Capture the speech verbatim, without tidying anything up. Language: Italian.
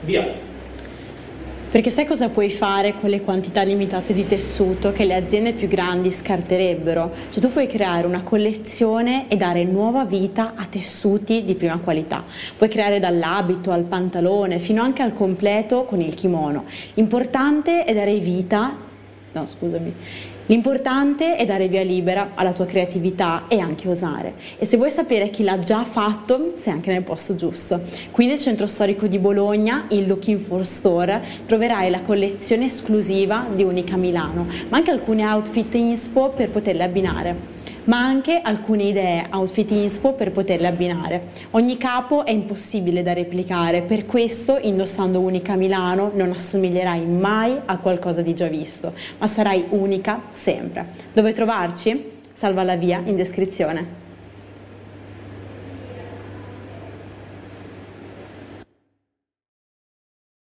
via. Perché sai cosa puoi fare con le quantità limitate di tessuto che le aziende più grandi scarterebbero? Cioè tu puoi creare una collezione e dare nuova vita a tessuti di prima qualità. Puoi creare dall'abito al pantalone fino anche al completo con il kimono. L'importante è dare vita, no scusami, l'importante è dare via libera alla tua creatività e anche osare. E se vuoi sapere chi l'ha già fatto, sei anche nel posto giusto. Qui nel centro storico di Bologna, il Looking for Store, troverai la collezione esclusiva di Unica Milano, ma anche alcune outfit inspo per poterle abbinare. Ma anche alcune idee outfit inspo per poterle abbinare. Ogni capo è impossibile da replicare, per questo indossando Unica Milano non assomiglierai mai a qualcosa di già visto, ma sarai unica sempre. Dove trovarci? Salva la via in descrizione.